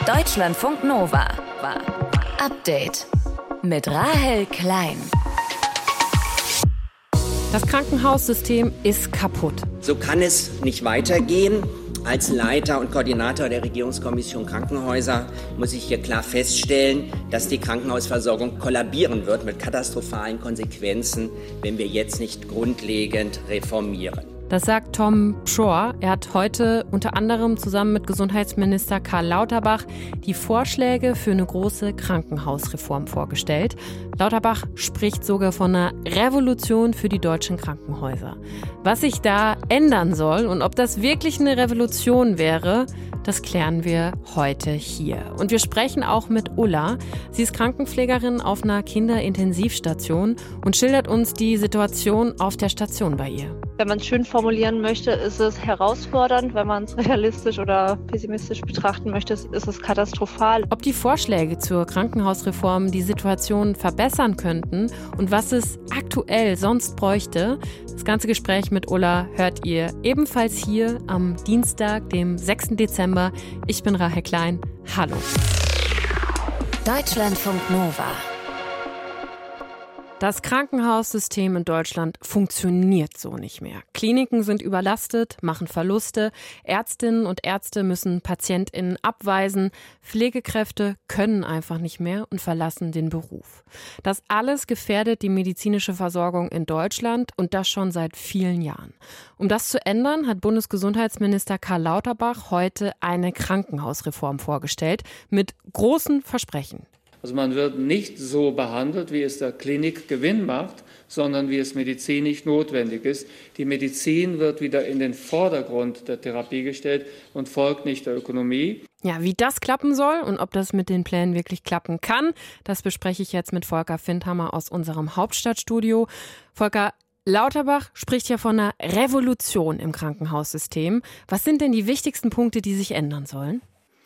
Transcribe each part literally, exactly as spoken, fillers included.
Deutschlandfunk Nova. Update mit Rahel Klein. Das Krankenhaussystem ist kaputt. So kann es nicht weitergehen. Als Leiter und Koordinator der Regierungskommission Krankenhäuser muss ich hier klar feststellen, dass die Krankenhausversorgung kollabieren wird mit katastrophalen Konsequenzen, wenn wir jetzt nicht grundlegend reformieren. Das sagt Tom Pschorr. Er hat heute unter anderem zusammen mit Gesundheitsminister Karl Lauterbach die Vorschläge für eine große Krankenhausreform vorgestellt. Lauterbach spricht sogar von einer Revolution für die deutschen Krankenhäuser. Was sich da ändern soll und ob das wirklich eine Revolution wäre, das klären wir heute hier. Und wir sprechen auch mit Ulla. Sie ist Krankenpflegerin auf einer Kinderintensivstation und schildert uns die Situation auf der Station bei ihr. Wenn man es schön formulieren möchte, ist es herausfordernd. Wenn man es realistisch oder pessimistisch betrachten möchte, ist es katastrophal. Ob die Vorschläge zur Krankenhausreform die Situation verbessern könnten und was es aktuell sonst bräuchte, das ganze Gespräch mit Ulla hört ihr ebenfalls hier am Dienstag, dem sechsten Dezember. Ich bin Rahel Klein. Hallo. Deutschlandfunk Nova. Das Krankenhaussystem in Deutschland funktioniert so nicht mehr. Kliniken sind überlastet, machen Verluste. Ärztinnen und Ärzte müssen PatientInnen abweisen. Pflegekräfte können einfach nicht mehr und verlassen den Beruf. Das alles gefährdet die medizinische Versorgung in Deutschland und das schon seit vielen Jahren. Um das zu ändern, hat Bundesgesundheitsminister Karl Lauterbach heute eine Krankenhausreform vorgestellt mit großen Versprechen. Also man wird nicht so behandelt, wie es der Klinik Gewinn macht, sondern wie es medizinisch notwendig ist. Die Medizin wird wieder in den Vordergrund der Therapie gestellt und folgt nicht der Ökonomie. Ja, wie das klappen soll und ob das mit den Plänen wirklich klappen kann, das bespreche ich jetzt mit Volker Findhammer aus unserem Hauptstadtstudio. Volker, Lauterbach spricht ja von einer Revolution im Krankenhaussystem. Was sind denn die wichtigsten Punkte, die sich ändern sollen?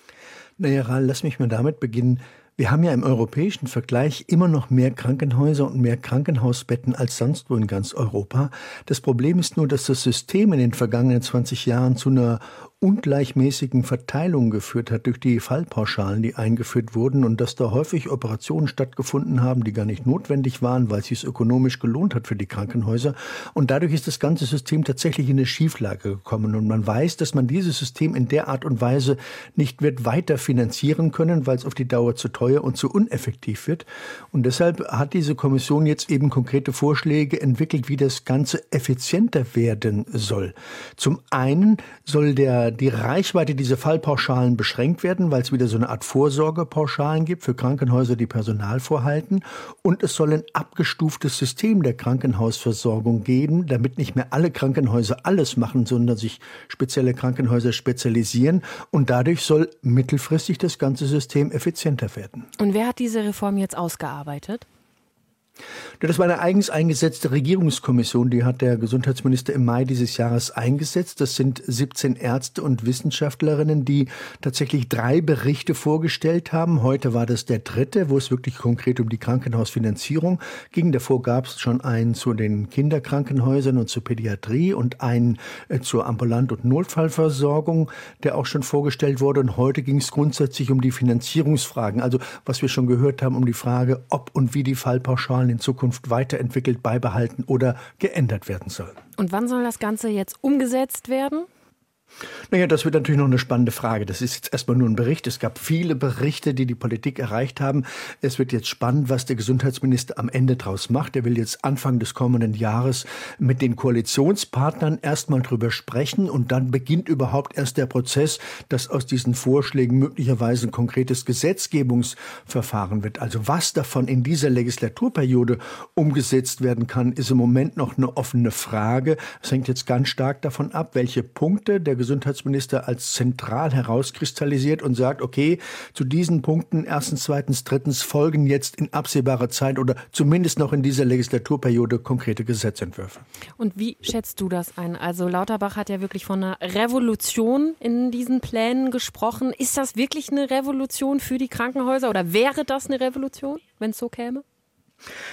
Naja, Rahel, lass mich mal damit beginnen. Wir haben ja im europäischen Vergleich immer noch mehr Krankenhäuser und mehr Krankenhausbetten als sonst wo in ganz Europa. Das Problem ist nur, dass das System in den vergangenen zwanzig Jahren zu einer ungleichmäßigen Verteilung geführt hat durch die Fallpauschalen, die eingeführt wurden und dass da häufig Operationen stattgefunden haben, die gar nicht notwendig waren, weil es sich ökonomisch gelohnt hat für die Krankenhäuser. Und dadurch ist das ganze System tatsächlich in eine Schieflage gekommen. Und man weiß, dass man dieses System in der Art und Weise nicht wird weiter finanzieren können, weil es auf die Dauer zu teuer und zu uneffektiv wird. Und deshalb hat diese Kommission jetzt eben konkrete Vorschläge entwickelt, wie das Ganze effizienter werden soll. Zum einen soll der die Reichweite dieser Fallpauschalen beschränkt werden, weil es wieder so eine Art Vorsorgepauschalen gibt für Krankenhäuser, die Personal vorhalten. Und es soll ein abgestuftes System der Krankenhausversorgung geben, damit nicht mehr alle Krankenhäuser alles machen, sondern sich spezielle Krankenhäuser spezialisieren. Und dadurch soll mittelfristig das ganze System effizienter werden. Und wer hat diese Reform jetzt ausgearbeitet? Das war eine eigens eingesetzte Regierungskommission, die hat der Gesundheitsminister im Mai dieses Jahres eingesetzt. Das sind siebzehn Ärzte und Wissenschaftlerinnen, die tatsächlich drei Berichte vorgestellt haben. Heute war das der dritte, wo es wirklich konkret um die Krankenhausfinanzierung ging. Davor gab es schon einen zu den Kinderkrankenhäusern und zur Pädiatrie und einen äh, zur Ambulant- und Notfallversorgung, der auch schon vorgestellt wurde. Und heute ging es grundsätzlich um die Finanzierungsfragen. Also was wir schon gehört haben, um die Frage, ob und wie die Fallpauschalen in Zukunft weiterentwickelt, beibehalten oder geändert werden sollen. Und wann soll das Ganze jetzt umgesetzt werden? Naja, das wird natürlich noch eine spannende Frage. Das ist jetzt erstmal nur ein Bericht. Es gab viele Berichte, die die Politik erreicht haben. Es wird jetzt spannend, was der Gesundheitsminister am Ende draus macht. Er will jetzt Anfang des kommenden Jahres mit den Koalitionspartnern erstmal drüber sprechen und dann beginnt überhaupt erst der Prozess, dass aus diesen Vorschlägen möglicherweise ein konkretes Gesetzgebungsverfahren wird. Also was davon in dieser Legislaturperiode umgesetzt werden kann, ist im Moment noch eine offene Frage. Es hängt jetzt ganz stark davon ab, welche Punkte der Gesundheitsminister als zentral herauskristallisiert und sagt, okay, zu diesen Punkten erstens, zweitens, drittens folgen jetzt in absehbarer Zeit oder zumindest noch in dieser Legislaturperiode konkrete Gesetzentwürfe. Und wie schätzt du das ein? Also Lauterbach hat ja wirklich von einer Revolution in diesen Plänen gesprochen. Ist das wirklich eine Revolution für die Krankenhäuser oder wäre das eine Revolution, wenn es so käme?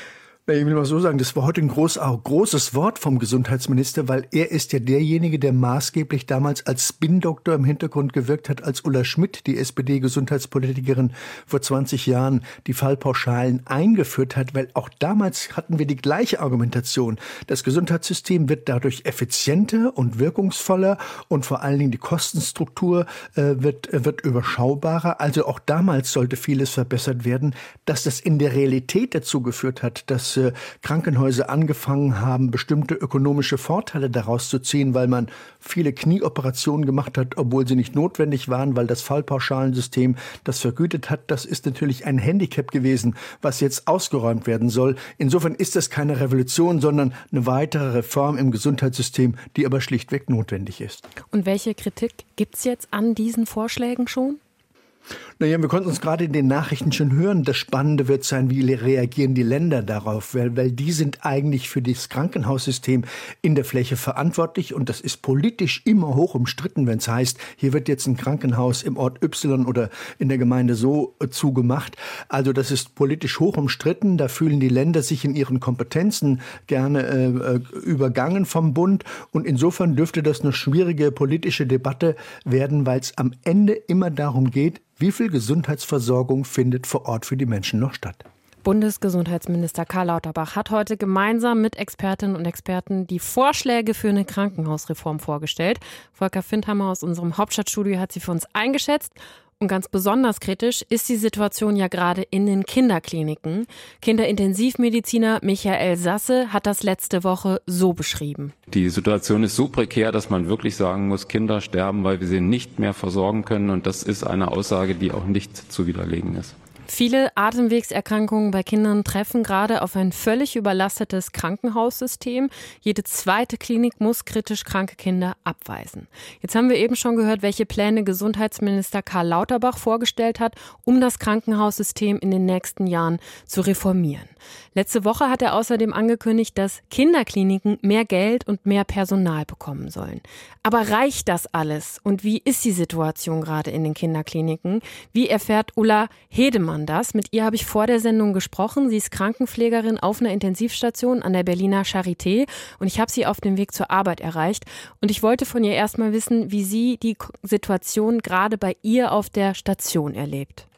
Ich will mal so sagen, das war heute ein groß, auch großes Wort vom Gesundheitsminister, weil er ist ja derjenige, der maßgeblich damals als Spin-Doktor im Hintergrund gewirkt hat, als Ulla Schmidt, die S P D-Gesundheitspolitikerin, vor zwanzig Jahren die Fallpauschalen eingeführt hat, weil auch damals hatten wir die gleiche Argumentation. Das Gesundheitssystem wird dadurch effizienter und wirkungsvoller und vor allen Dingen die Kostenstruktur äh, wird, äh, wird überschaubarer. Also auch damals sollte vieles verbessert werden. Dass das in der Realität dazu geführt hat, dass Krankenhäuser angefangen haben, bestimmte ökonomische Vorteile daraus zu ziehen, weil man viele Knieoperationen gemacht hat, obwohl sie nicht notwendig waren, weil das Fallpauschalensystem das vergütet hat. Das ist natürlich ein Handicap gewesen, was jetzt ausgeräumt werden soll. Insofern ist das keine Revolution, sondern eine weitere Reform im Gesundheitssystem, die aber schlichtweg notwendig ist. Und welche Kritik gibt es jetzt an diesen Vorschlägen schon? Naja, wir konnten uns gerade in den Nachrichten schon hören. Das Spannende wird sein, wie reagieren die Länder darauf, weil, weil die sind eigentlich für das Krankenhaussystem in der Fläche verantwortlich und das ist politisch immer hoch umstritten, wenn es heißt, hier wird jetzt ein Krankenhaus im Ort Y oder in der Gemeinde so äh, zugemacht. Also das ist politisch hoch umstritten. Da fühlen die Länder sich in ihren Kompetenzen gerne äh, übergangen vom Bund und insofern dürfte das eine schwierige politische Debatte werden, weil es am Ende immer darum geht, wie viel Gesundheitsversorgung findet vor Ort für die Menschen noch statt? Bundesgesundheitsminister Karl Lauterbach hat heute gemeinsam mit Expertinnen und Experten die Vorschläge für eine Krankenhausreform vorgestellt. Volker Findhammer aus unserem Hauptstadtstudio hat sie für uns eingeschätzt. Und ganz besonders kritisch ist die Situation ja gerade in den Kinderkliniken. Kinderintensivmediziner Michael Sasse hat das letzte Woche so beschrieben. Die Situation ist so prekär, dass man wirklich sagen muss, Kinder sterben, weil wir sie nicht mehr versorgen können. Und das ist eine Aussage, die auch nicht zu widerlegen ist. Viele Atemwegserkrankungen bei Kindern treffen gerade auf ein völlig überlastetes Krankenhaussystem. Jede zweite Klinik muss kritisch kranke Kinder abweisen. Jetzt haben wir eben schon gehört, welche Pläne Gesundheitsminister Karl Lauterbach vorgestellt hat, um das Krankenhaussystem in den nächsten Jahren zu reformieren. Letzte Woche hat er außerdem angekündigt, dass Kinderkliniken mehr Geld und mehr Personal bekommen sollen. Aber reicht das alles? Und wie ist die Situation gerade in den Kinderkliniken? Wie erfährt Ulla Hedemann das? Mit ihr habe ich vor der Sendung gesprochen. Sie ist Krankenpflegerin auf einer Intensivstation an der Berliner Charité und ich habe sie auf dem Weg zur Arbeit erreicht. Und ich wollte von ihr erstmal wissen, wie sie die Situation gerade bei ihr auf der Station erlebt.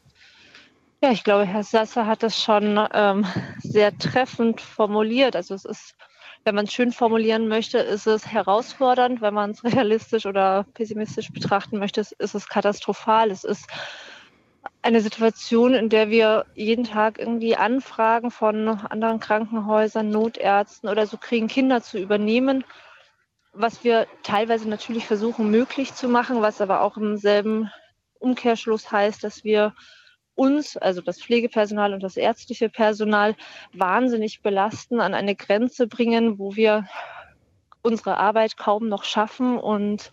Ja, ich glaube, Herr Sasse hat das schon ähm, sehr treffend formuliert. Also es ist, wenn man es schön formulieren möchte, ist es herausfordernd. Wenn man es realistisch oder pessimistisch betrachten möchte, ist es katastrophal. Es ist eine Situation, in der wir jeden Tag irgendwie Anfragen von anderen Krankenhäusern, Notärzten oder so kriegen, Kinder zu übernehmen, was wir teilweise natürlich versuchen möglich zu machen, was aber auch im selben Umkehrschluss heißt, dass wir uns, also das Pflegepersonal und das ärztliche Personal, wahnsinnig belasten, an eine Grenze bringen, wo wir unsere Arbeit kaum noch schaffen und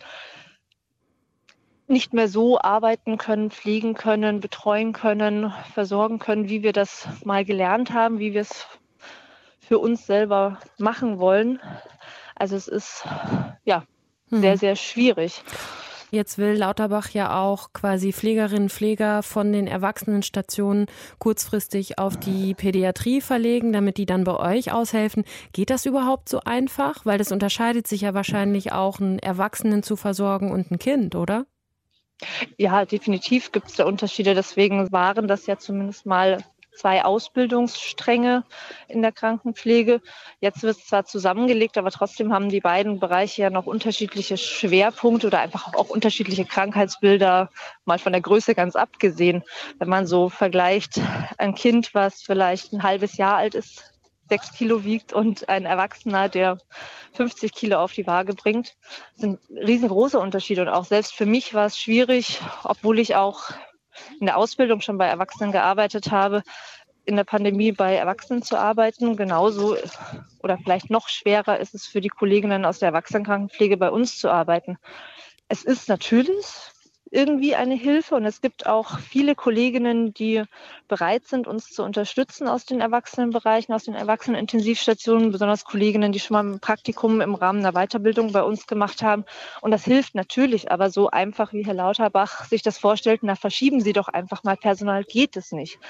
nicht mehr so arbeiten können, pflegen können, betreuen können, versorgen können, wie wir das mal gelernt haben, wie wir es für uns selber machen wollen. Also es ist ja hm. sehr, sehr schwierig. Jetzt will Lauterbach ja auch quasi Pflegerinnen und Pfleger von den Erwachsenenstationen kurzfristig auf die Pädiatrie verlegen, damit die dann bei euch aushelfen. Geht das überhaupt so einfach? Weil das unterscheidet sich ja wahrscheinlich auch, einen Erwachsenen zu versorgen und ein Kind, oder? Ja, definitiv gibt es da Unterschiede. Deswegen waren das ja zumindest mal zwei Ausbildungsstränge in der Krankenpflege. Jetzt wird es zwar zusammengelegt, aber trotzdem haben die beiden Bereiche ja noch unterschiedliche Schwerpunkte oder einfach auch unterschiedliche Krankheitsbilder, mal von der Größe ganz abgesehen. Wenn man so vergleicht, ein Kind, was vielleicht ein halbes Jahr alt ist, sechs Kilo wiegt und ein Erwachsener, der fünfzig Kilo auf die Waage bringt, sind riesengroße Unterschiede. Und auch selbst für mich war es schwierig, obwohl ich auch in der Ausbildung schon bei Erwachsenen gearbeitet habe, in der Pandemie bei Erwachsenen zu arbeiten. Genauso oder vielleicht noch schwerer ist es für die Kolleginnen aus der Erwachsenenkrankenpflege bei uns zu arbeiten. Es ist natürlich irgendwie eine Hilfe und es gibt auch viele Kolleginnen, die bereit sind, uns zu unterstützen aus den Erwachsenenbereichen, aus den Erwachsenenintensivstationen, besonders Kolleginnen, die schon mal ein Praktikum im Rahmen einer Weiterbildung bei uns gemacht haben. Und das hilft natürlich, aber so einfach wie Herr Lauterbach sich das vorstellt, na verschieben Sie doch einfach mal Personal, geht es nicht.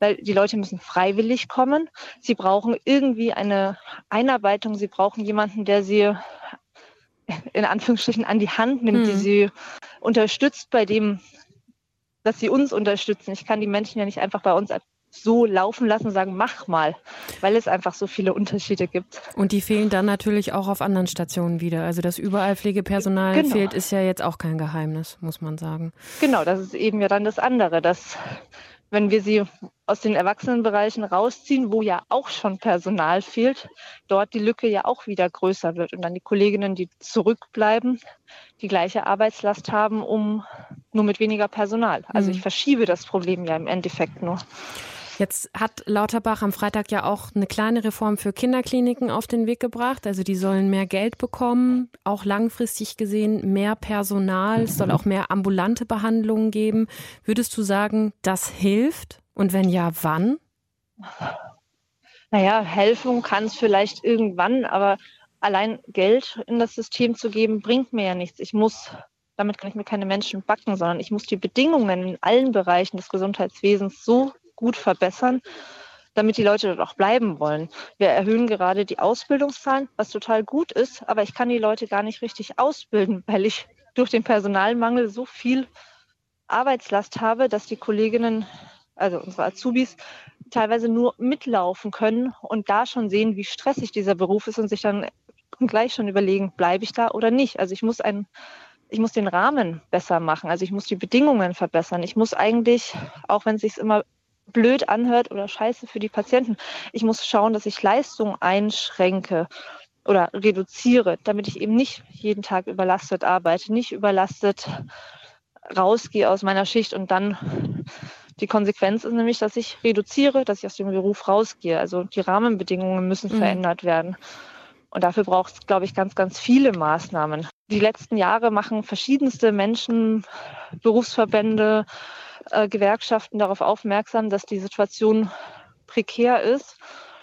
weil die Leute müssen freiwillig kommen. Sie brauchen irgendwie eine Einarbeitung. Sie brauchen jemanden, der sie in Anführungsstrichen an die Hand nimmt, mhm. die sie unterstützt bei dem, dass sie uns unterstützen. Ich kann die Menschen ja nicht einfach bei uns so laufen lassen und sagen, mach mal, weil es einfach so viele Unterschiede gibt. Und die fehlen dann natürlich auch auf anderen Stationen wieder. Also dass überall Pflegepersonal genau. fehlt, ist ja jetzt auch kein Geheimnis, muss man sagen. Genau, das ist eben ja dann das andere, dass wenn wir sie aus den Erwachsenenbereichen rausziehen, wo ja auch schon Personal fehlt, dort die Lücke ja auch wieder größer wird und dann die Kolleginnen, die zurückbleiben, die gleiche Arbeitslast haben, um nur mit weniger Personal. Also mhm. ich verschiebe das Problem ja im Endeffekt nur. Jetzt hat Lauterbach am Freitag ja auch eine kleine Reform für Kinderkliniken auf den Weg gebracht. Also die sollen mehr Geld bekommen, auch langfristig gesehen mehr Personal. Es soll auch mehr ambulante Behandlungen geben. Würdest du sagen, das hilft? Und wenn ja, wann? Naja, helfen kann es vielleicht irgendwann, aber allein Geld in das System zu geben, bringt mir ja nichts. Ich muss, damit kann ich mir keine Menschen backen, sondern ich muss die Bedingungen in allen Bereichen des Gesundheitswesens so gut verbessern, damit die Leute dort auch bleiben wollen. Wir erhöhen gerade die Ausbildungszahlen, was total gut ist, aber ich kann die Leute gar nicht richtig ausbilden, weil ich durch den Personalmangel so viel Arbeitslast habe, dass die Kolleginnen, also unsere Azubis, teilweise nur mitlaufen können und da schon sehen, wie stressig dieser Beruf ist und sich dann gleich schon überlegen, bleibe ich da oder nicht. Also ich muss einen Ich muss den Rahmen besser machen, also ich muss die Bedingungen verbessern. Ich muss eigentlich, auch wenn es sich immer blöd anhört oder scheiße für die Patienten, ich muss schauen, dass ich Leistung einschränke oder reduziere, damit ich eben nicht jeden Tag überlastet arbeite, nicht überlastet rausgehe aus meiner Schicht und dann die Konsequenz ist nämlich, dass ich reduziere, dass ich aus dem Beruf rausgehe. Also die Rahmenbedingungen müssen mhm. verändert werden. Und dafür braucht es, glaube ich, ganz, ganz viele Maßnahmen. Die letzten Jahre machen verschiedenste Menschen, Berufsverbände, äh, Gewerkschaften darauf aufmerksam, dass die Situation prekär ist.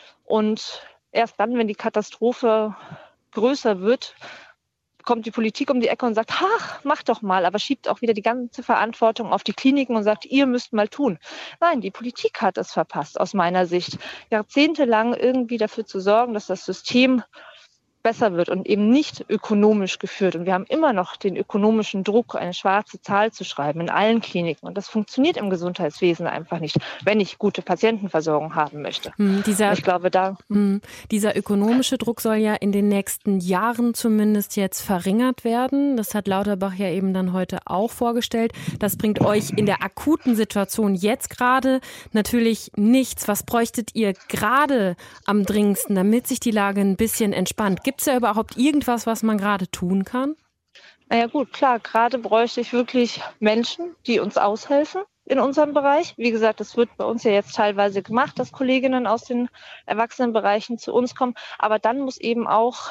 Und erst dann, wenn die Katastrophe größer wird, kommt die Politik um die Ecke und sagt, ach, mach doch mal, aber schiebt auch wieder die ganze Verantwortung auf die Kliniken und sagt, ihr müsst mal tun. Nein, die Politik hat es verpasst, aus meiner Sicht, jahrzehntelang irgendwie dafür zu sorgen, dass das System besser wird und eben nicht ökonomisch geführt. Und wir haben immer noch den ökonomischen Druck, eine schwarze Zahl zu schreiben in allen Kliniken. Und das funktioniert im Gesundheitswesen einfach nicht, wenn ich gute Patientenversorgung haben möchte. Hm, dieser, ich glaube, da hm, dieser ökonomische Druck soll ja in den nächsten Jahren zumindest jetzt verringert werden. Das hat Lauterbach ja eben dann heute auch vorgestellt. Das bringt euch in der akuten Situation jetzt gerade natürlich nichts. Was bräuchtet ihr gerade am dringendsten, damit sich die Lage ein bisschen entspannt? Gibt es ja überhaupt irgendwas, was man gerade tun kann? Naja gut, klar, gerade bräuchte ich wirklich Menschen, die uns aushelfen in unserem Bereich. Wie gesagt, das wird bei uns ja jetzt teilweise gemacht, dass Kolleginnen aus den Erwachsenenbereichen zu uns kommen. Aber dann muss eben auch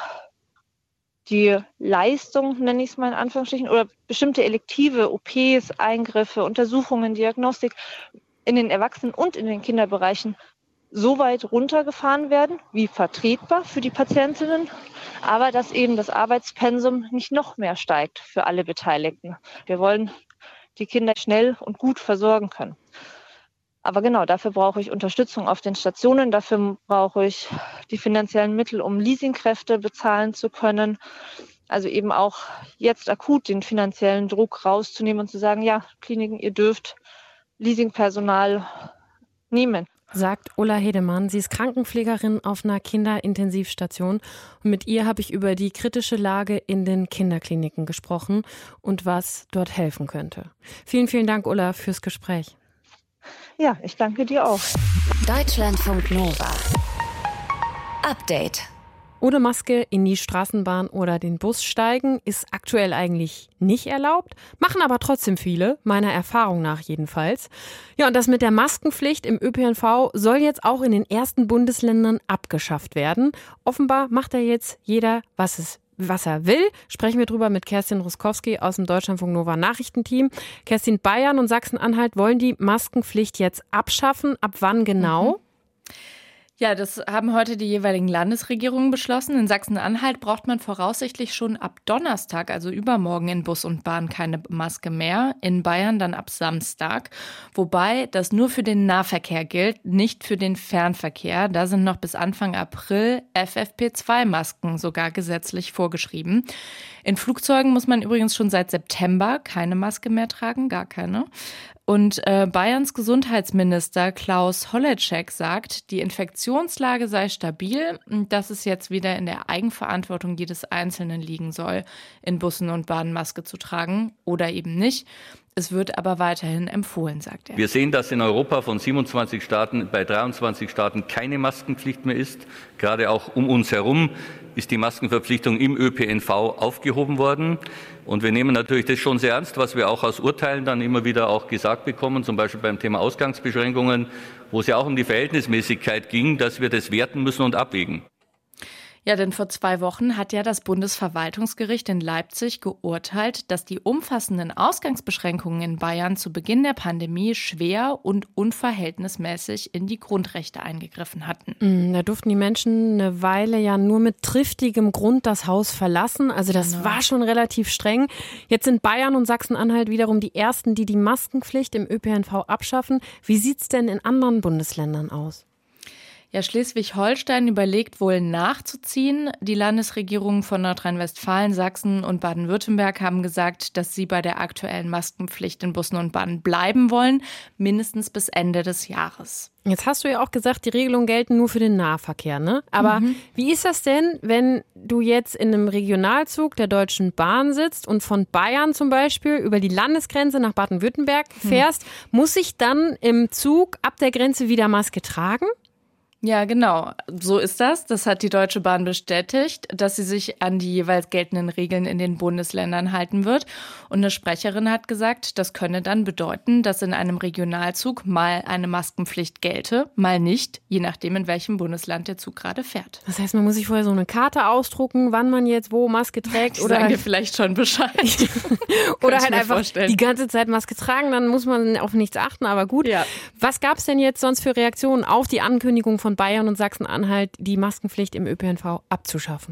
die Leistung, nenne ich es mal in Anführungsstrichen, oder bestimmte elektive O Ps, Eingriffe, Untersuchungen, Diagnostik in den Erwachsenen- und in den Kinderbereichen so weit runtergefahren werden, wie vertretbar für die Patientinnen, aber dass eben das Arbeitspensum nicht noch mehr steigt für alle Beteiligten. Wir wollen die Kinder schnell und gut versorgen können. Aber genau, dafür brauche ich Unterstützung auf den Stationen, dafür brauche ich die finanziellen Mittel, um Leasingkräfte bezahlen zu können. Also eben auch jetzt akut den finanziellen Druck rauszunehmen und zu sagen, ja, Kliniken, ihr dürft Leasingpersonal nehmen. Sagt Ulla Hedemann. Sie ist Krankenpflegerin auf einer Kinderintensivstation. Und mit ihr habe ich über die kritische Lage in den Kinderkliniken gesprochen und was dort helfen könnte. Vielen, vielen Dank, Ulla, fürs Gespräch. Ja, ich danke dir auch. Deutschlandfunk Nova. Update. Ohne Maske in die Straßenbahn oder den Bus steigen ist aktuell eigentlich nicht erlaubt, machen aber trotzdem viele, meiner Erfahrung nach jedenfalls. Ja, und das mit der Maskenpflicht im Ö P N V soll jetzt auch in den ersten Bundesländern abgeschafft werden. Offenbar macht da jetzt jeder, was es was er will. Sprechen wir drüber mit Kerstin Ruskowski aus dem Deutschlandfunk Nova Nachrichtenteam. Kerstin, Bayern und Sachsen-Anhalt wollen die Maskenpflicht jetzt abschaffen. Ab wann genau? Mhm. Ja, das haben heute die jeweiligen Landesregierungen beschlossen. In Sachsen-Anhalt braucht man voraussichtlich schon ab Donnerstag, also übermorgen, in Bus und Bahn keine Maske mehr. In Bayern dann ab Samstag. Wobei das nur für den Nahverkehr gilt, nicht für den Fernverkehr. Da sind noch bis Anfang April F F P zwei Masken sogar gesetzlich vorgeschrieben. In Flugzeugen muss man übrigens schon seit September keine Maske mehr tragen, gar keine. Und äh, Bayerns Gesundheitsminister Klaus Holleczek sagt, die Infektionslage sei stabil und dass es jetzt wieder in der Eigenverantwortung jedes Einzelnen liegen soll, in Bussen und Bahnen Maske zu tragen oder eben nicht. Es wird aber weiterhin empfohlen, sagt er. Wir sehen, dass in Europa von siebenundzwanzig Staaten bei dreiundzwanzig Staaten keine Maskenpflicht mehr ist. Gerade auch um uns herum ist die Maskenverpflichtung im Ö P N V aufgehoben worden. Und wir nehmen natürlich das schon sehr ernst, was wir auch aus Urteilen dann immer wieder auch gesagt bekommen, zum Beispiel beim Thema Ausgangsbeschränkungen, wo es ja auch um die Verhältnismäßigkeit ging, dass wir das werten müssen und abwägen. Ja, denn vor zwei Wochen hat ja das Bundesverwaltungsgericht in Leipzig geurteilt, dass die umfassenden Ausgangsbeschränkungen in Bayern zu Beginn der Pandemie schwer und unverhältnismäßig in die Grundrechte eingegriffen hatten. Da durften die Menschen eine Weile ja nur mit triftigem Grund das Haus verlassen. Also das genau. war schon relativ streng. Jetzt sind Bayern und Sachsen-Anhalt wiederum die ersten, die die Maskenpflicht im Ö P N V abschaffen. Wie sieht's denn in anderen Bundesländern aus? Ja, Schleswig-Holstein überlegt wohl nachzuziehen. Die Landesregierungen von Nordrhein-Westfalen, Sachsen und Baden-Württemberg haben gesagt, dass sie bei der aktuellen Maskenpflicht in Bussen und Bahnen bleiben wollen, mindestens bis Ende des Jahres. Jetzt hast du ja auch gesagt, die Regelungen gelten nur für den Nahverkehr, ne? Aber mhm. wie ist das denn, wenn du jetzt in einem Regionalzug der Deutschen Bahn sitzt und von Bayern zum Beispiel über die Landesgrenze nach Baden-Württemberg fährst, mhm. muss ich dann im Zug ab der Grenze wieder Maske tragen? Ja, genau. So ist das. Das hat die Deutsche Bahn bestätigt, dass sie sich an die jeweils geltenden Regeln in den Bundesländern halten wird. Und eine Sprecherin hat gesagt, das könne dann bedeuten, dass in einem Regionalzug mal eine Maskenpflicht gelte, mal nicht, je nachdem, in welchem Bundesland der Zug gerade fährt. Das heißt, man muss sich vorher so eine Karte ausdrucken, wann man jetzt wo Maske trägt. Die oder sagen dir vielleicht schon Bescheid. Oder halt einfach vorstellen. Die ganze Zeit Maske tragen, dann muss man auf nichts achten, aber gut. Ja. Was gab es denn jetzt sonst für Reaktionen auf die Ankündigung von von Bayern und Sachsen-Anhalt, die Maskenpflicht im Ö P N V abzuschaffen?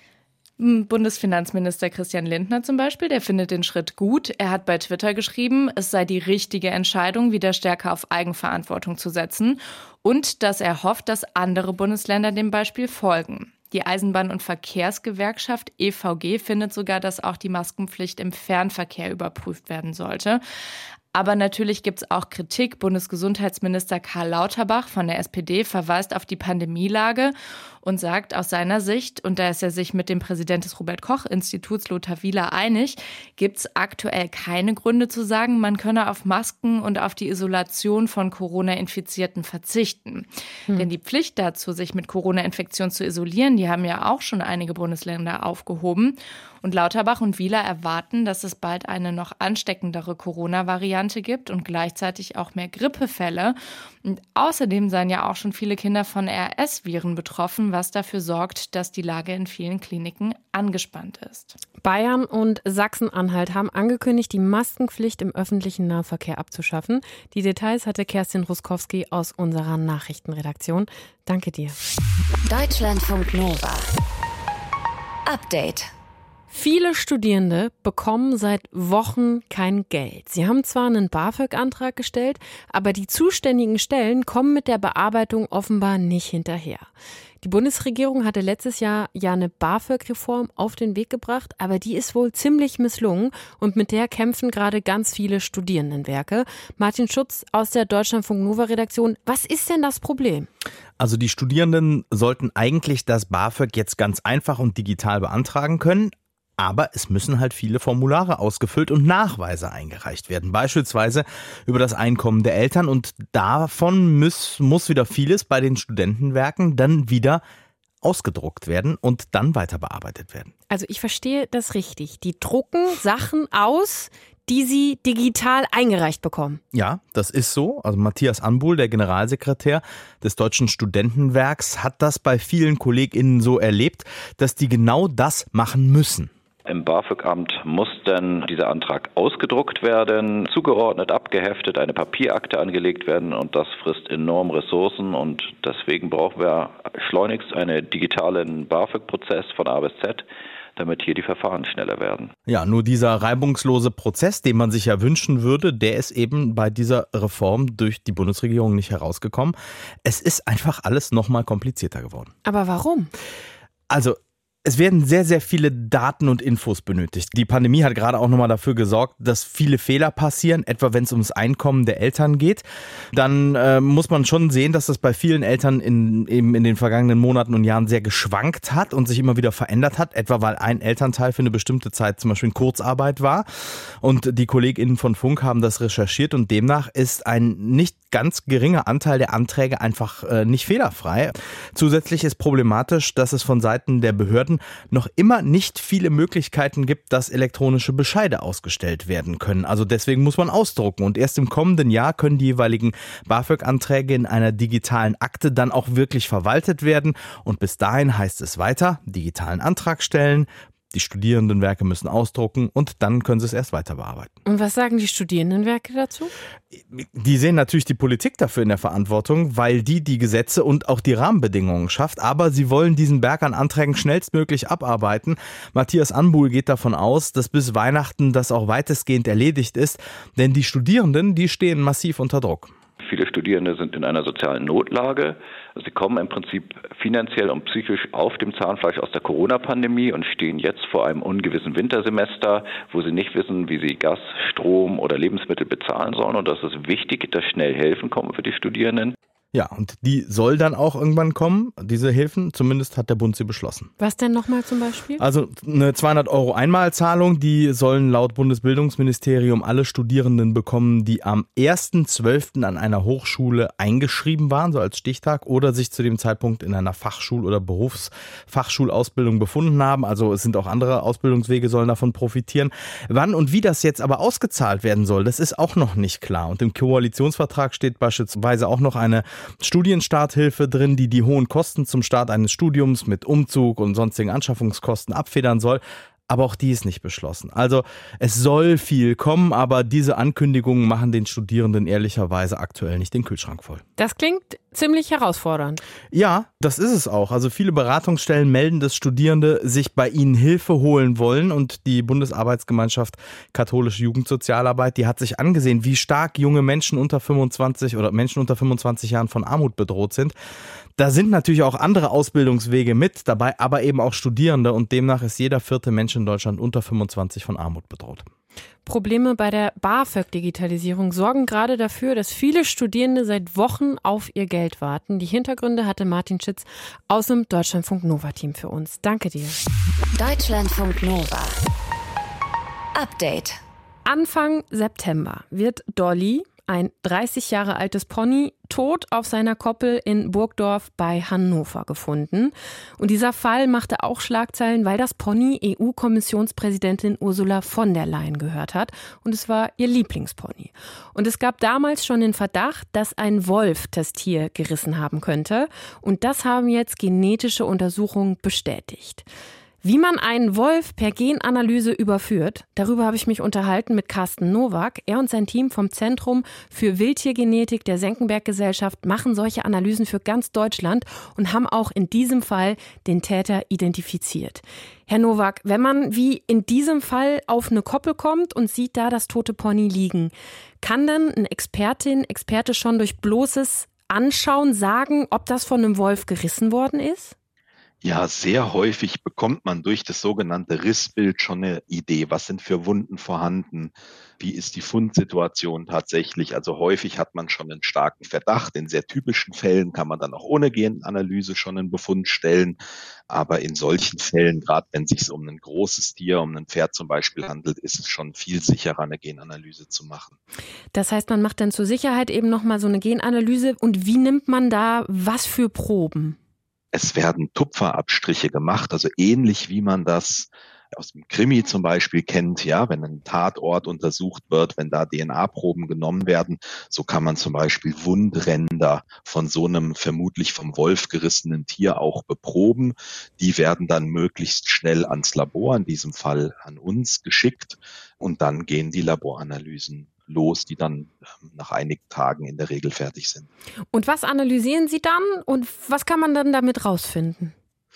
Bundesfinanzminister Christian Lindner zum Beispiel, der findet den Schritt gut. Er hat bei Twitter geschrieben, es sei die richtige Entscheidung, wieder stärker auf Eigenverantwortung zu setzen und dass er hofft, dass andere Bundesländer dem Beispiel folgen. Die Eisenbahn- und Verkehrsgewerkschaft E V G findet sogar, dass auch die Maskenpflicht im Fernverkehr überprüft werden sollte. Aber natürlich gibt es auch Kritik. Bundesgesundheitsminister Karl Lauterbach von der S P D verweist auf die Pandemielage und sagt aus seiner Sicht, und da ist er sich mit dem Präsident des Robert-Koch-Instituts Lothar Wieler einig, gibt es aktuell keine Gründe zu sagen, man könne auf Masken und auf die Isolation von Corona-Infizierten verzichten. Hm. Denn die Pflicht dazu, sich mit Corona-Infektion zu isolieren, die haben ja auch schon einige Bundesländer aufgehoben. Und Lauterbach und Wieler erwarten, dass es bald eine noch ansteckendere Corona-Variante gibt und gleichzeitig auch mehr Grippefälle. Und außerdem seien ja auch schon viele Kinder von R S-Viren betroffen, was dafür sorgt, dass die Lage in vielen Kliniken angespannt ist. Bayern und Sachsen-Anhalt haben angekündigt, die Maskenpflicht im öffentlichen Nahverkehr abzuschaffen. Die Details hatte Kerstin Ruskowski aus unserer Nachrichtenredaktion. Danke dir. Deutschlandfunk Nova. Update. Viele Studierende bekommen seit Wochen kein Geld. Sie haben zwar einen BAföG-Antrag gestellt, aber die zuständigen Stellen kommen mit der Bearbeitung offenbar nicht hinterher. Die Bundesregierung hatte letztes Jahr ja eine BAföG-Reform auf den Weg gebracht, aber die ist wohl ziemlich misslungen und mit der kämpfen gerade ganz viele Studierendenwerke. Martin Schutz aus der Deutschlandfunk Nova-Redaktion. Was ist denn das Problem? Also die Studierenden sollten eigentlich das BAföG jetzt ganz einfach und digital beantragen können. Aber es müssen halt viele Formulare ausgefüllt und Nachweise eingereicht werden, beispielsweise über das Einkommen der Eltern. Und davon muss, muss wieder vieles bei den Studentenwerken dann wieder ausgedruckt werden und dann weiter bearbeitet werden. Also ich verstehe das richtig. Die drucken Sachen aus, die sie digital eingereicht bekommen. Ja, das ist so. Also Matthias Anbuhl, der Generalsekretär des Deutschen Studentenwerks, hat das bei vielen KollegInnen so erlebt, dass die genau das machen müssen. Im BAföG-Amt muss dann dieser Antrag ausgedruckt werden, zugeordnet, abgeheftet, eine Papierakte angelegt werden und das frisst enorm Ressourcen und deswegen brauchen wir schleunigst einen digitalen BAföG-Prozess von A bis Z, damit hier die Verfahren schneller werden. Ja, nur dieser reibungslose Prozess, den man sich ja wünschen würde, der ist eben bei dieser Reform durch die Bundesregierung nicht herausgekommen. Es ist einfach alles nochmal komplizierter geworden. Aber warum? Also es werden sehr, sehr viele Daten und Infos benötigt. Die Pandemie hat gerade auch nochmal dafür gesorgt, dass viele Fehler passieren, etwa wenn es ums Einkommen der Eltern geht. Dann äh, muss man schon sehen, dass das bei vielen Eltern in, eben in den vergangenen Monaten und Jahren sehr geschwankt hat und sich immer wieder verändert hat, etwa weil ein Elternteil für eine bestimmte Zeit zum Beispiel in Kurzarbeit war. Und die KollegInnen von Funk haben das recherchiert und demnach ist ein nicht ganz geringer Anteil der Anträge einfach äh, nicht fehlerfrei. Zusätzlich ist problematisch, dass es von Seiten der Behörden noch immer nicht viele Möglichkeiten gibt, dass elektronische Bescheide ausgestellt werden können. Also deswegen muss man ausdrucken und erst im kommenden Jahr können die jeweiligen BAföG-Anträge in einer digitalen Akte dann auch wirklich verwaltet werden und bis dahin heißt es weiter, digitalen Antrag stellen, die Studierendenwerke müssen ausdrucken und dann können sie es erst weiter bearbeiten. Und was sagen die Studierendenwerke dazu? Die sehen natürlich die Politik dafür in der Verantwortung, weil die die Gesetze und auch die Rahmenbedingungen schafft. Aber sie wollen diesen Berg an Anträgen schnellstmöglich abarbeiten. Matthias Anbuhl geht davon aus, dass bis Weihnachten das auch weitestgehend erledigt ist. Denn die Studierenden, die stehen massiv unter Druck. Viele Studierende sind in einer sozialen Notlage. Sie kommen im Prinzip finanziell und psychisch auf dem Zahnfleisch aus der Corona-Pandemie und stehen jetzt vor einem ungewissen Wintersemester, wo sie nicht wissen, wie sie Gas, Strom oder Lebensmittel bezahlen sollen. Und das ist wichtig, dass schnell Hilfen kommen für die Studierenden. Ja, und die soll dann auch irgendwann kommen, diese Hilfen. Zumindest hat der Bund sie beschlossen. Was denn nochmal zum Beispiel? Also eine zweihundert Euro Einmalzahlung, die sollen laut Bundesbildungsministerium alle Studierenden bekommen, die am ersten zwölften an einer Hochschule eingeschrieben waren, so als Stichtag, oder sich zu dem Zeitpunkt in einer Fachschul- oder Berufsfachschulausbildung befunden haben. Also es sind auch andere Ausbildungswege, sollen davon profitieren. Wann und wie das jetzt aber ausgezahlt werden soll, das ist auch noch nicht klar. Und im Koalitionsvertrag steht beispielsweise auch noch eine Studienstarthilfe drin, die die hohen Kosten zum Start eines Studiums mit Umzug und sonstigen Anschaffungskosten abfedern soll. Aber auch die ist nicht beschlossen. Also es soll viel kommen, aber diese Ankündigungen machen den Studierenden ehrlicherweise aktuell nicht den Kühlschrank voll. Das klingt ziemlich herausfordernd. Ja, das ist es auch. Also viele Beratungsstellen melden, dass Studierende sich bei ihnen Hilfe holen wollen und die Bundesarbeitsgemeinschaft Katholische Jugendsozialarbeit, die hat sich angesehen, wie stark junge Menschen unter fünfundzwanzig oder Menschen unter fünfundzwanzig Jahren von Armut bedroht sind. Da sind natürlich auch andere Ausbildungswege mit dabei, aber eben auch Studierende und demnach ist jeder vierte Mensch in Deutschland unter fünfundzwanzig von Armut bedroht. Probleme bei der BAföG-Digitalisierung sorgen gerade dafür, dass viele Studierende seit Wochen auf ihr Geld warten. Die Hintergründe hatte Martin Schitz aus dem Deutschlandfunk Nova-Team für uns. Danke dir. Deutschlandfunk Nova. Update. Anfang September wird Dolly, ein dreißig Jahre altes Pony, tot auf seiner Koppel in Burgdorf bei Hannover gefunden. Und dieser Fall machte auch Schlagzeilen, weil das Pony E U-Kommissionspräsidentin Ursula von der Leyen gehört hat. Und es war ihr Lieblingspony. Und es gab damals schon den Verdacht, dass ein Wolf das Tier gerissen haben könnte. Und das haben jetzt genetische Untersuchungen bestätigt. Wie man einen Wolf per Genanalyse überführt, darüber habe ich mich unterhalten mit Carsten Nowak. Er und sein Team vom Zentrum für Wildtiergenetik der Senckenberg-Gesellschaft machen solche Analysen für ganz Deutschland und haben auch in diesem Fall den Täter identifiziert. Herr Nowak, wenn man wie in diesem Fall auf eine Koppel kommt und sieht da das tote Pony liegen, kann dann eine Expertin, Experte schon durch bloßes Anschauen sagen, ob das von einem Wolf gerissen worden ist? Ja, sehr häufig bekommt man durch das sogenannte Rissbild schon eine Idee, was sind für Wunden vorhanden, wie ist die Fundsituation tatsächlich. Also häufig hat man schon einen starken Verdacht. In sehr typischen Fällen kann man dann auch ohne Genanalyse schon einen Befund stellen. Aber in solchen Fällen, gerade wenn es sich um ein großes Tier, um ein Pferd zum Beispiel handelt, ist es schon viel sicherer, eine Genanalyse zu machen. Das heißt, man macht dann zur Sicherheit eben nochmal so eine Genanalyse. Und wie nimmt man da was für Proben? Es werden Tupferabstriche gemacht, also ähnlich wie man das aus dem Krimi zum Beispiel kennt, ja, wenn ein Tatort untersucht wird, wenn da D N A-Proben genommen werden, so kann man zum Beispiel Wundränder von so einem vermutlich vom Wolf gerissenen Tier auch beproben. Die werden dann möglichst schnell ans Labor, in diesem Fall an uns, geschickt und dann gehen die Laboranalysen los, die dann nach einigen Tagen in der Regel fertig sind. Und was analysieren Sie dann und was kann man dann damit rausfinden?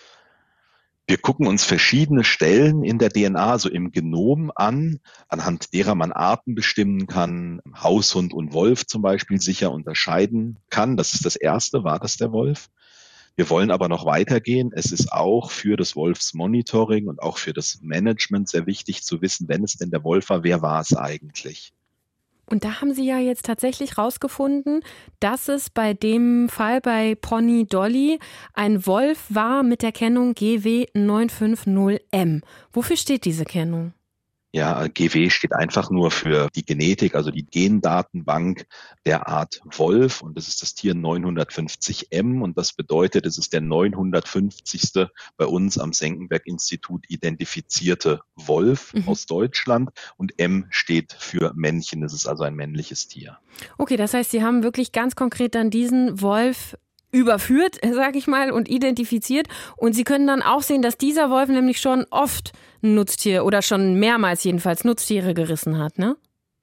Wir gucken uns verschiedene Stellen in der D N A, also im Genom an, anhand derer man Arten bestimmen kann, Haushund und Wolf zum Beispiel sicher unterscheiden kann. Das ist das Erste, war das der Wolf? Wir wollen aber noch weitergehen. Es ist auch für das Wolfsmonitoring und auch für das Management sehr wichtig zu wissen, wenn es denn der Wolf war, wer war es eigentlich? Und da haben Sie ja jetzt tatsächlich rausgefunden, dass es bei dem Fall bei Pony Dolly ein Wolf war mit der Kennung G W neun fünf null M. Wofür steht diese Kennung? Ja, G W steht einfach nur für die Genetik, also die Gendatenbank der Art Wolf und das ist das Tier neunhundertfünfzig M und das bedeutet, es ist der neunhundertfünfzigste bei uns am Senckenberg-Institut identifizierte Wolf mhm. aus Deutschland und M steht für Männchen, es ist also ein männliches Tier. Okay, das heißt, Sie haben wirklich ganz konkret dann diesen Wolf überführt, sage ich mal, und identifiziert. Und Sie können dann auch sehen, dass dieser Wolf nämlich schon oft ein Nutztier oder schon mehrmals jedenfalls Nutztiere gerissen hat, ne?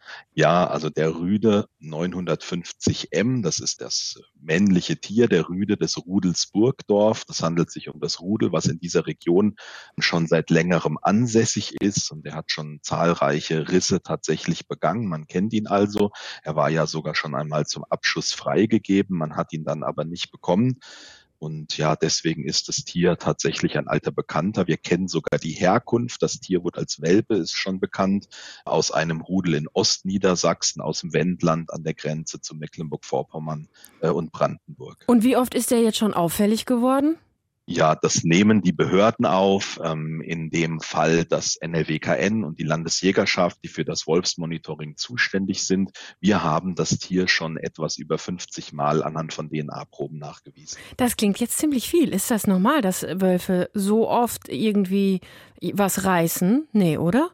Ja, also der Rüde neunhundertfünfzig M, das ist das männliche Tier, der Rüde des Rudels Burgdorf. Das handelt sich um das Rudel, was in dieser Region schon seit längerem ansässig ist und er hat schon zahlreiche Risse tatsächlich begangen. Man kennt ihn also. Er war ja sogar schon einmal zum Abschuss freigegeben, man hat ihn dann aber nicht bekommen. Und ja, deswegen ist das Tier tatsächlich ein alter Bekannter. Wir kennen sogar die Herkunft. Das Tier wurde als Welpe, ist schon bekannt, aus einem Rudel in Ostniedersachsen, aus dem Wendland an der Grenze zu Mecklenburg-Vorpommern äh, und Brandenburg. Und wie oft ist der jetzt schon auffällig geworden? Ja, das nehmen die Behörden auf. Ähm, in dem Fall das N L W K N und die Landesjägerschaft, die für das Wolfsmonitoring zuständig sind. Wir haben das Tier schon etwas über fünfzig Mal anhand von D N A-Proben nachgewiesen. Das klingt jetzt ziemlich viel. Ist das normal, dass Wölfe so oft irgendwie was reißen? Nee, oder?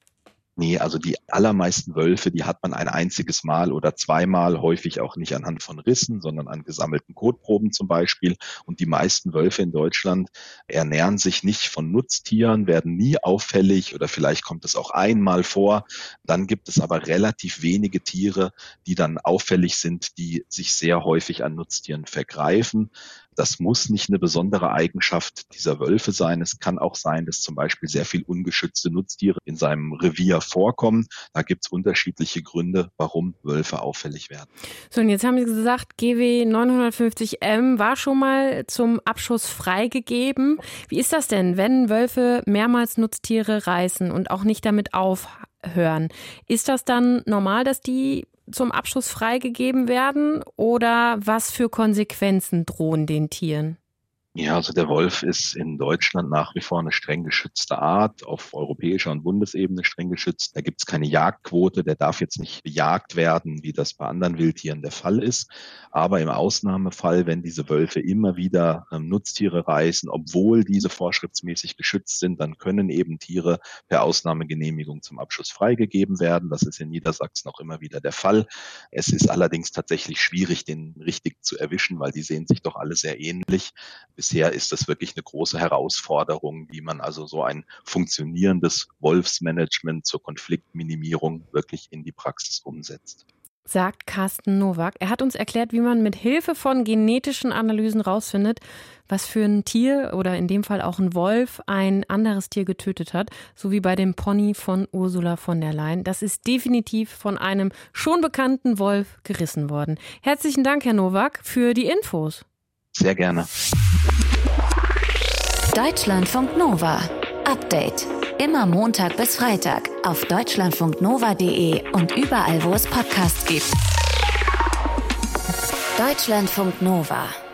Nee, also die allermeisten Wölfe, die hat man ein einziges Mal oder zweimal, häufig auch nicht anhand von Rissen, sondern an gesammelten Kotproben zum Beispiel. Und die meisten Wölfe in Deutschland ernähren sich nicht von Nutztieren, werden nie auffällig oder vielleicht kommt es auch einmal vor. Dann gibt es aber relativ wenige Tiere, die dann auffällig sind, die sich sehr häufig an Nutztieren vergreifen. Das muss nicht eine besondere Eigenschaft dieser Wölfe sein. Es kann auch sein, dass zum Beispiel sehr viel ungeschützte Nutztiere in seinem Revier vorkommen. Da gibt es unterschiedliche Gründe, warum Wölfe auffällig werden. So, und jetzt haben Sie gesagt, G W neunhundertfünfzig M war schon mal zum Abschuss freigegeben. Wie ist das denn, wenn Wölfe mehrmals Nutztiere reißen und auch nicht damit aufhören? Ist das dann normal, dass die zum Abschuss freigegeben werden oder was für Konsequenzen drohen den Tieren? Ja, also der Wolf ist in Deutschland nach wie vor eine streng geschützte Art, auf europäischer und Bundesebene streng geschützt. Da gibt es keine Jagdquote, der darf jetzt nicht bejagt werden, wie das bei anderen Wildtieren der Fall ist. Aber im Ausnahmefall, wenn diese Wölfe immer wieder ähm, Nutztiere reißen, obwohl diese vorschriftsmäßig geschützt sind, dann können eben Tiere per Ausnahmegenehmigung zum Abschuss freigegeben werden. Das ist in Niedersachsen auch immer wieder der Fall. Es ist allerdings tatsächlich schwierig, den richtig zu erwischen, weil die sehen sich doch alle sehr ähnlich. Bisher ist das wirklich eine große Herausforderung, wie man also so ein funktionierendes Wolfsmanagement zur Konfliktminimierung wirklich in die Praxis umsetzt. Sagt Carsten Nowak. Er hat uns erklärt, wie man mit Hilfe von genetischen Analysen rausfindet, was für ein Tier oder in dem Fall auch ein Wolf ein anderes Tier getötet hat, so wie bei dem Pony von Ursula von der Leyen. Das ist definitiv von einem schon bekannten Wolf gerissen worden. Herzlichen Dank, Herr Nowak, für die Infos. Sehr gerne. Deutschlandfunk Nova. Update. Immer Montag bis Freitag auf deutschlandfunknova punkt de und überall, wo es Podcasts gibt. Deutschlandfunk Nova.